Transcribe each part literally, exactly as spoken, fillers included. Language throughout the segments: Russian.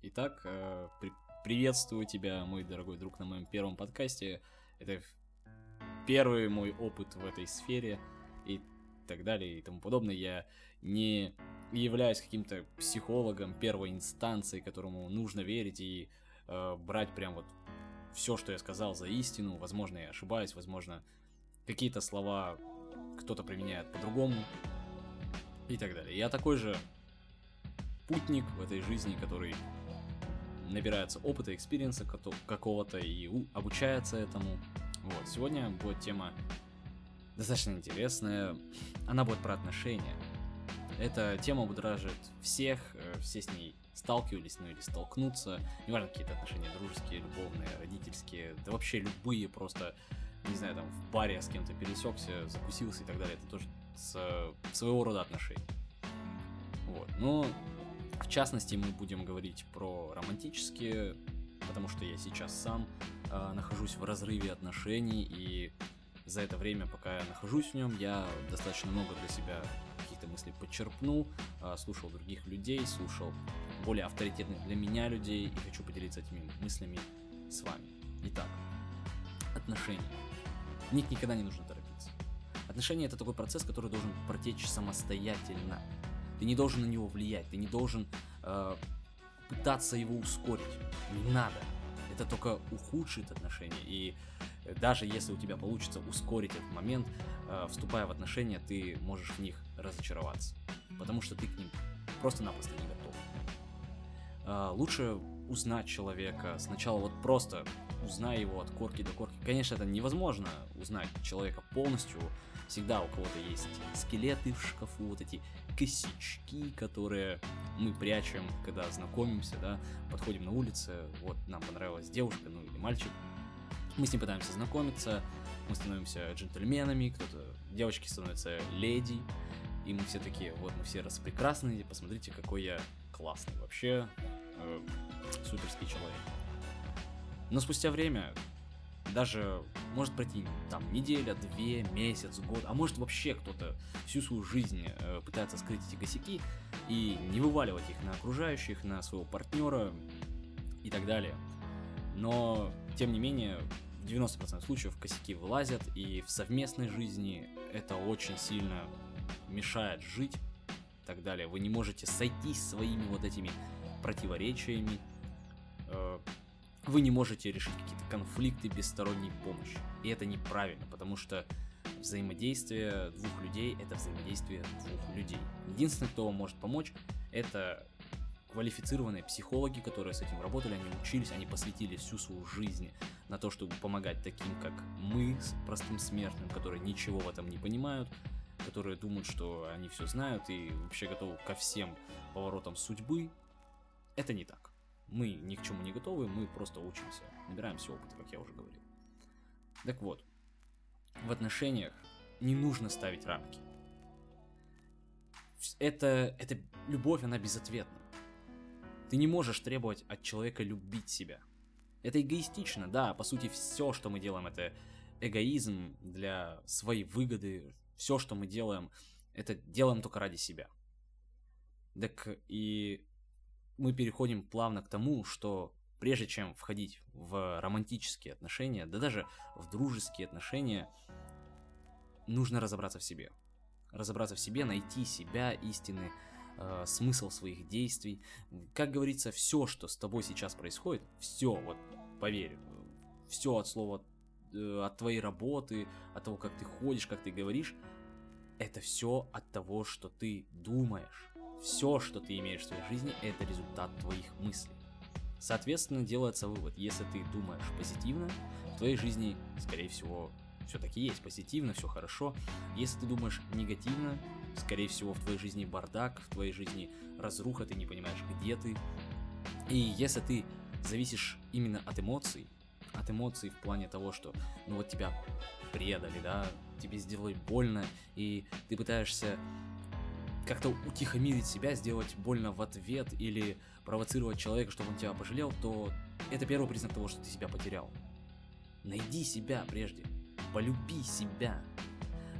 Итак, э, при- приветствую тебя, мой дорогой друг, на моем первом подкасте. Это в- первый мой опыт в этой сфере и так далее и тому подобное. Я не являюсь каким-то психологом первой инстанции, которому нужно верить и э, брать прям вот все, что я сказал, за истину. Возможно, я ошибаюсь, возможно, какие-то слова кто-то применяет по-другому и так далее. Я такой же путник в этой жизни, который набирается опыта, экспириенса какого-то и у- обучается этому. Вот. Сегодня будет тема достаточно интересная. Она будет про отношения. Эта тема будоражит всех, э, все с ней сталкивались, ну или столкнутся. Неважно, какие-то отношения дружеские, любовные, родительские, да вообще любые, просто, не знаю, там в баре с кем-то пересекся, закусился и так далее. Это тоже с, своего рода отношения. Вот. Но в частности, мы будем говорить про романтические, потому что я сейчас сам э, нахожусь в разрыве отношений, и за это время, пока я нахожусь в нем, я достаточно много для себя каких-то мыслей подчерпнул, э, слушал других людей, слушал более авторитетных для меня людей, и хочу поделиться этими мыслями с вами. Итак, отношения. В них никогда не нужно торопиться. Отношения — это такой процесс, который должен протечь самостоятельно. Ты не должен на него влиять, ты не должен э, пытаться его ускорить. Не надо. Это только ухудшит отношения. И даже если у тебя получится ускорить этот момент, э, вступая в отношения, ты можешь в них разочароваться. Потому что ты к ним просто-напросто не готов. Э, лучше узнать человека. Сначала вот просто узнай его от корки до корки. Конечно, это невозможно узнать человека полностью. Всегда у кого-то есть скелеты в шкафу, вот эти косячки, которые мы прячем, когда знакомимся, да, подходим на улице, вот нам понравилась девушка, ну или мальчик, мы с ним пытаемся знакомиться, мы становимся джентльменами, кто-то, девочки становятся леди, и мы все такие, вот мы все распрекрасные, посмотрите, какой я классный, вообще э, суперский человек. Но спустя время, даже может пройти там неделя, две, месяц, год, а может вообще кто-то всю свою жизнь э, пытается скрыть эти косяки и не вываливать их на окружающих, на своего партнера и так далее. Но, тем не менее, в девяносто процентов случаев косяки вылазят, и в совместной жизни это очень сильно мешает жить и так далее. Вы не можете сойтись своими вот этими противоречиями, э, вы не можете решить какие-то конфликты без сторонней помощи. И это неправильно, потому что взаимодействие двух людей — это взаимодействие двух людей. Единственное, кто вам может помочь, это квалифицированные психологи, которые с этим работали, они учились, они посвятили всю свою жизнь на то, чтобы помогать таким, как мы, простым смертным, которые ничего в этом не понимают, которые думают, что они все знают и вообще готовы ко всем поворотам судьбы. Это не так. Мы ни к чему не готовы, мы просто учимся, набираемся опыта, как я уже говорил. Так вот, в отношениях не нужно ставить рамки. Это, это любовь, она безответна. Ты не можешь требовать от человека любить себя. Это эгоистично, да, по сути, все, что мы делаем, это эгоизм для своей выгоды. Все, что мы делаем, это делаем только ради себя. Так и мы переходим плавно к тому, что прежде чем входить в романтические отношения, да даже в дружеские отношения, нужно разобраться в себе. Разобраться в себе, найти себя, истинный э, смысл своих действий. Как говорится, все, что с тобой сейчас происходит, все, вот поверь, все от слова, э, от твоей работы, от того, как ты ходишь, как ты говоришь, это все от того, что ты думаешь. Все, что ты имеешь в своей жизни, это результат твоих мыслей. Соответственно, делается вывод: если ты думаешь позитивно, в твоей жизни, скорее всего, все-таки есть позитивно, все хорошо. Если ты думаешь негативно, скорее всего, в твоей жизни бардак, в твоей жизни разруха, ты не понимаешь, где ты. И если ты зависишь именно от эмоций, от эмоций в плане того, что, ну вот тебя предали, да, тебе сделали больно, и ты пытаешься как-то утихомирить себя, сделать больно в ответ или провоцировать человека, чтобы он тебя пожалел, то это первый признак того, что ты себя потерял. Найди себя прежде, полюби себя.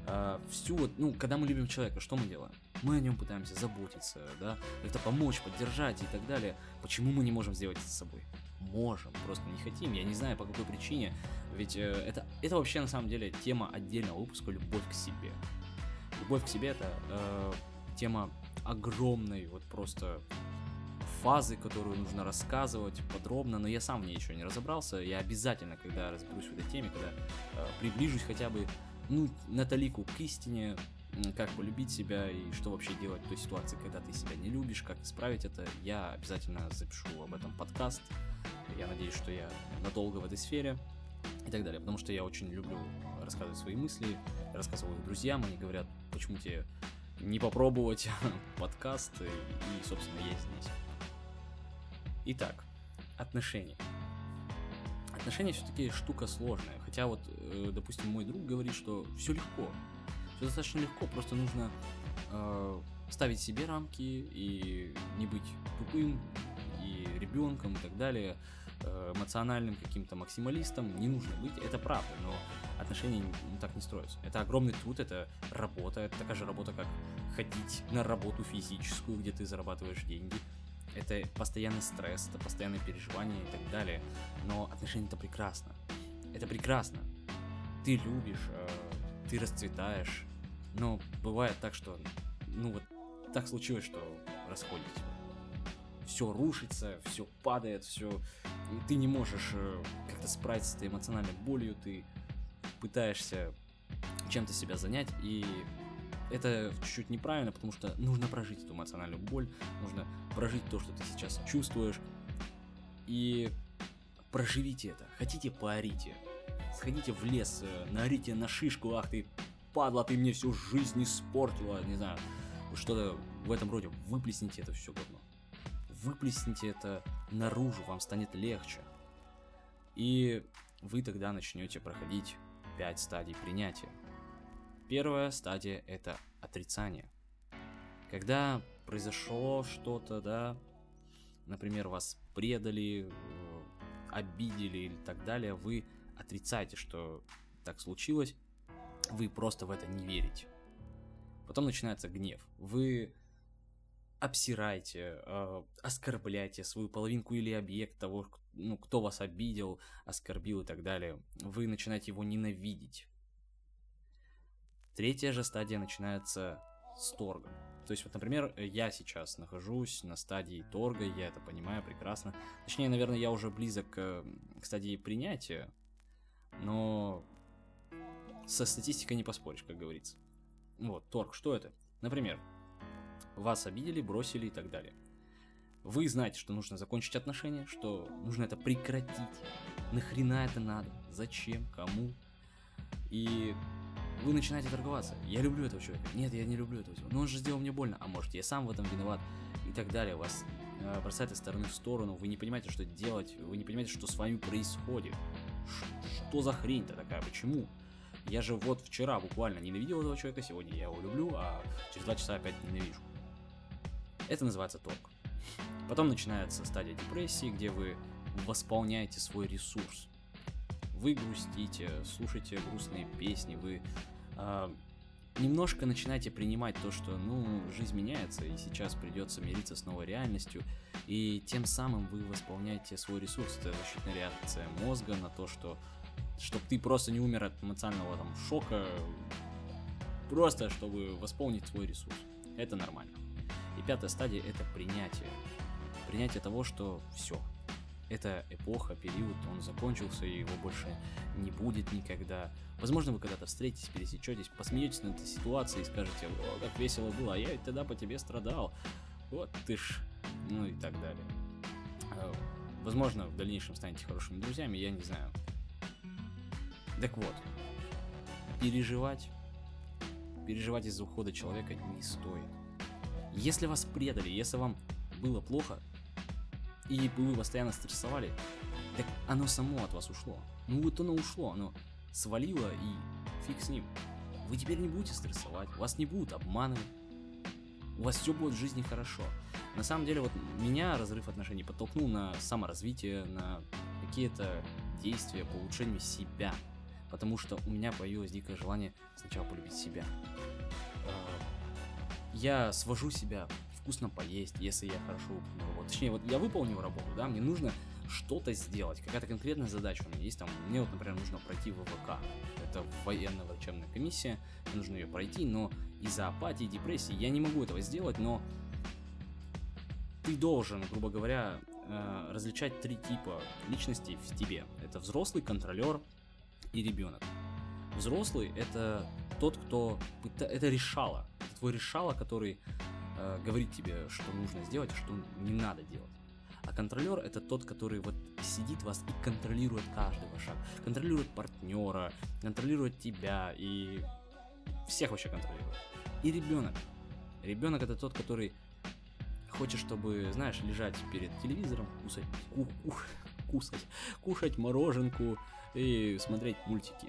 э, всю вот, ну, когда мы любим человека, что мы делаем? Мы о нем пытаемся заботиться, да, как-то помочь, поддержать и так далее. Почему мы не можем сделать это с собой? Можем, просто не хотим, я не знаю по какой причине, ведь э, это, это вообще на самом деле тема отдельного выпуска «Любовь к себе». Любовь к себе — это э, тема огромной вот просто фазы, которую нужно рассказывать подробно, но я сам в ней еще не разобрался. Я обязательно, когда разберусь в этой теме, когда э, приближусь хотя бы, ну, на талику к истине, как полюбить себя и что вообще делать в той ситуации, когда ты себя не любишь, как исправить это, я обязательно запишу об этом подкаст. Я надеюсь, что я надолго в этой сфере и так далее, потому что я очень люблю рассказывать свои мысли, рассказываю их друзьям, они говорят, почему тебе не попробовать подкаст, и, и, собственно, я здесь. Итак, отношения. Отношения все-таки штука сложная, хотя вот, э, допустим, мой друг говорит, что все легко, все достаточно легко, просто нужно э, ставить себе рамки и не быть тупым и ребенком и так далее, э, эмоциональным каким-то максималистом не нужно быть, это правда, но отношения не, так не строятся. Это огромный труд, это работа, это такая же работа, как ходить на работу физическую, где ты зарабатываешь деньги. Это постоянный стресс, это постоянное переживание и так далее. Но отношения — это прекрасно. Это прекрасно. Ты любишь, э, ты расцветаешь. Но бывает так, что, ну вот, так случилось, что расходитесь. Все рушится, все падает, все. Ты не можешь э, как-то справиться с этой эмоциональной болью, ты пытаешься чем-то себя занять, и это чуть-чуть неправильно, потому что нужно прожить эту эмоциональную боль, нужно прожить то, что ты сейчас чувствуешь, и проживите это. Хотите, поорите. Сходите в лес, наорите на шишку, ах ты, падла, ты мне всю жизнь испортила, не знаю, что-то в этом роде. Выплесните это все говно. Выплесните это наружу, вам станет легче. И вы тогда начнете проходить пять стадий принятия. Первая стадия — это отрицание. Когда произошло что-то, да, например, вас предали, обидели и так далее, вы отрицаете, что так случилось, вы просто в это не верите. Потом начинается гнев. Вы обсираете, э, оскорбляете свою половинку или объект того, ну, кто вас обидел, оскорбил и так далее. Вы начинаете его ненавидеть. Третья же стадия начинается с торга. То есть, вот, например, я сейчас нахожусь на стадии торга, я это понимаю прекрасно. Точнее, наверное, я уже близок к, к стадии принятия, но со статистикой не поспоришь, как говорится. Вот, торг, что это? Например, вас обидели, бросили и так далее. Вы знаете, что нужно закончить отношения, что нужно это прекратить. Нахрена это надо? Зачем? Кому? И вы начинаете торговаться. Я люблю этого человека. Нет, я не люблю этого человека. Но он же сделал мне больно. А может, я сам в этом виноват. И так далее. Вас э, бросает из стороны в сторону. Вы не понимаете, что делать. Вы не понимаете, что с вами происходит. Ш- что за хрень-то такая? Почему? Я же вот вчера буквально ненавидел этого человека. Сегодня я его люблю, а через два часа опять ненавижу. Это называется торг. Потом начинается стадия депрессии, где вы восполняете свой ресурс. Вы грустите, слушаете грустные песни, вы э, немножко начинаете принимать то, что, ну, жизнь меняется, и сейчас придется мириться с новой реальностью, и тем самым вы восполняете свой ресурс. Это защитная реакция мозга на то, что чтобы ты просто не умер от эмоционального там шока, просто чтобы восполнить свой ресурс. Это нормально. И пятая стадия — это принятие. Принятие того, что все. Эта эпоха, период, он закончился, и его больше не будет никогда. Возможно, вы когда-то встретитесь, пересечетесь, посмеетесь над этой ситуацией и скажете: о, как весело было, а я ведь тогда по тебе страдал. Вот ты ж, ну и так далее. Возможно, в дальнейшем станете хорошими друзьями, я не знаю. Так вот, переживать, переживать из-за ухода человека не стоит. Если вас предали, если вам было плохо, и вы постоянно стрессовали, так оно само от вас ушло. Ну вот оно ушло, оно свалило, и фиг с ним. Вы теперь не будете стрессовать, вас не будут обманывать, у вас все будет в жизни хорошо. На самом деле, вот меня разрыв отношений подтолкнул на саморазвитие, на какие-то действия по улучшению себя. Потому что у меня появилось дикое желание сначала полюбить себя. Я свожу себя вкусно поесть, если я хорошо выполню работу. Точнее, вот я выполнил работу, да, мне нужно что-то сделать, какая-то конкретная задача у меня есть. Там, мне вот, например, нужно пройти вэ вэ ка. Это военная врачебная комиссия, мне нужно ее пройти, но из-за апатии, депрессии я не могу этого сделать, но ты должен, грубо говоря, различать три типа личностей в тебе. Это взрослый, контролер и ребенок. Взрослый — это тот, кто... Это решала. Это твой решала, который э, говорит тебе, что нужно сделать, а что не надо делать. А контролер — это тот, который вот сидит вас и контролирует каждый ваш шаг. Контролирует партнера, контролирует тебя и всех вообще контролирует. И ребенок. Ребенок — это тот, который хочет, чтобы, знаешь, лежать перед телевизором, кусать, ку- ку- кусать, кушать мороженку и смотреть мультики.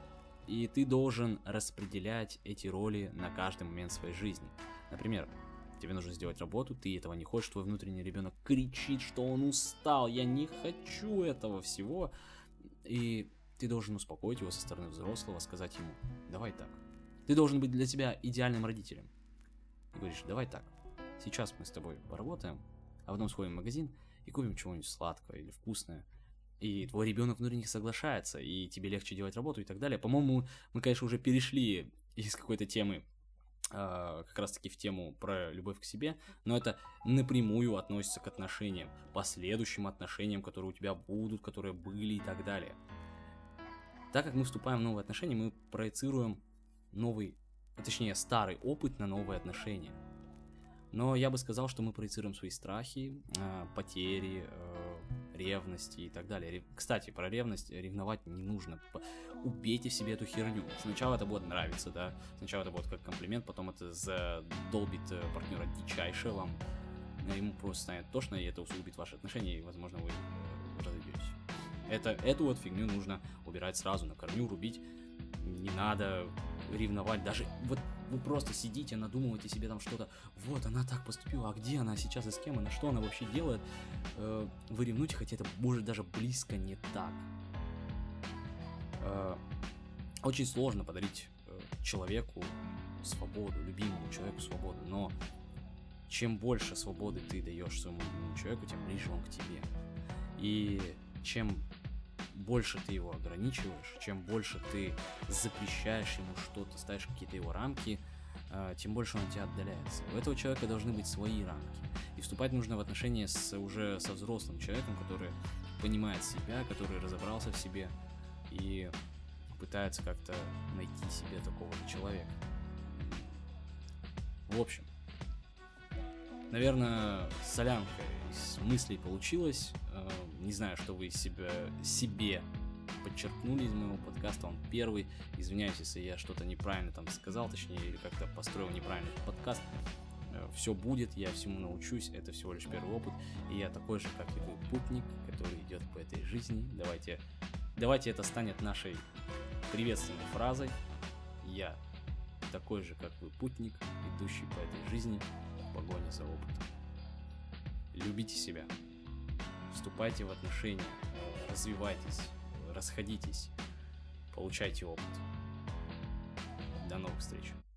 И ты должен распределять эти роли на каждый момент своей жизни. Например, тебе нужно сделать работу, ты этого не хочешь, твой внутренний ребенок кричит, что он устал, я не хочу этого всего. И ты должен успокоить его со стороны взрослого, сказать ему: давай так. Ты должен быть для себя идеальным родителем. И говоришь: давай так, сейчас мы с тобой поработаем, а потом сходим в магазин и купим чего-нибудь сладкое или вкусное. И твой ребенок внутренне соглашается, и тебе легче делать работу и так далее. По-моему, мы, конечно, уже перешли из какой-то темы э, как раз-таки в тему про любовь к себе, но это напрямую относится к отношениям, последующим отношениям, которые у тебя будут, которые были и так далее. Так как мы вступаем в новые отношения, мы проецируем новый, а точнее старый опыт на новые отношения. Но я бы сказал, что мы проецируем свои страхи, э, потери, э, ревности и так далее. Кстати, про ревность: ревновать не нужно. Убейте в себе эту херню. Сначала это будет нравиться, да. Сначала это будет как комплимент, потом это задолбит партнера дичайше, вам ему просто станет тошно, и это усугубит ваши отношения, и, возможно, вы разойдетесь. Это, эту вот фигню нужно убирать сразу на корню, рубить. Не надо ревновать. Даже вот вы просто сидите, надумываете себе там что-то: вот, она так поступила, а где она сейчас и с кем она, что она вообще делает? Вы ревнуете, хотя это может даже близко не так. Очень сложно подарить человеку свободу, любимому человеку свободу, но чем больше свободы ты даешь своему любимому человеку, тем ближе он к тебе. И чем больше ты его ограничиваешь, чем больше ты запрещаешь ему что-то, ставишь какие-то его рамки, тем больше он от тебя отдаляется. У этого человека должны быть свои рамки. И вступать нужно в отношения с, уже со взрослым человеком, который понимает себя, который разобрался в себе и пытается как-то найти себе такого же человека. В общем, наверное, солянка из мыслей получилась. Не знаю, что вы из себя, себе подчеркнули из моего подкаста. Он первый. Извиняюсь, если я что-то неправильно там сказал, точнее, или как-то построил неправильно этот подкаст. Все будет, я всему научусь, это всего лишь первый опыт. И я такой же, как и вы, путник, который идет по этой жизни. Давайте, давайте это станет нашей приветственной фразой. Я такой же, как вы, путник, идущий по этой жизни в погоне за опытом. Любите себя, вступайте в отношения, развивайтесь, расходитесь, получайте опыт. До новых встреч.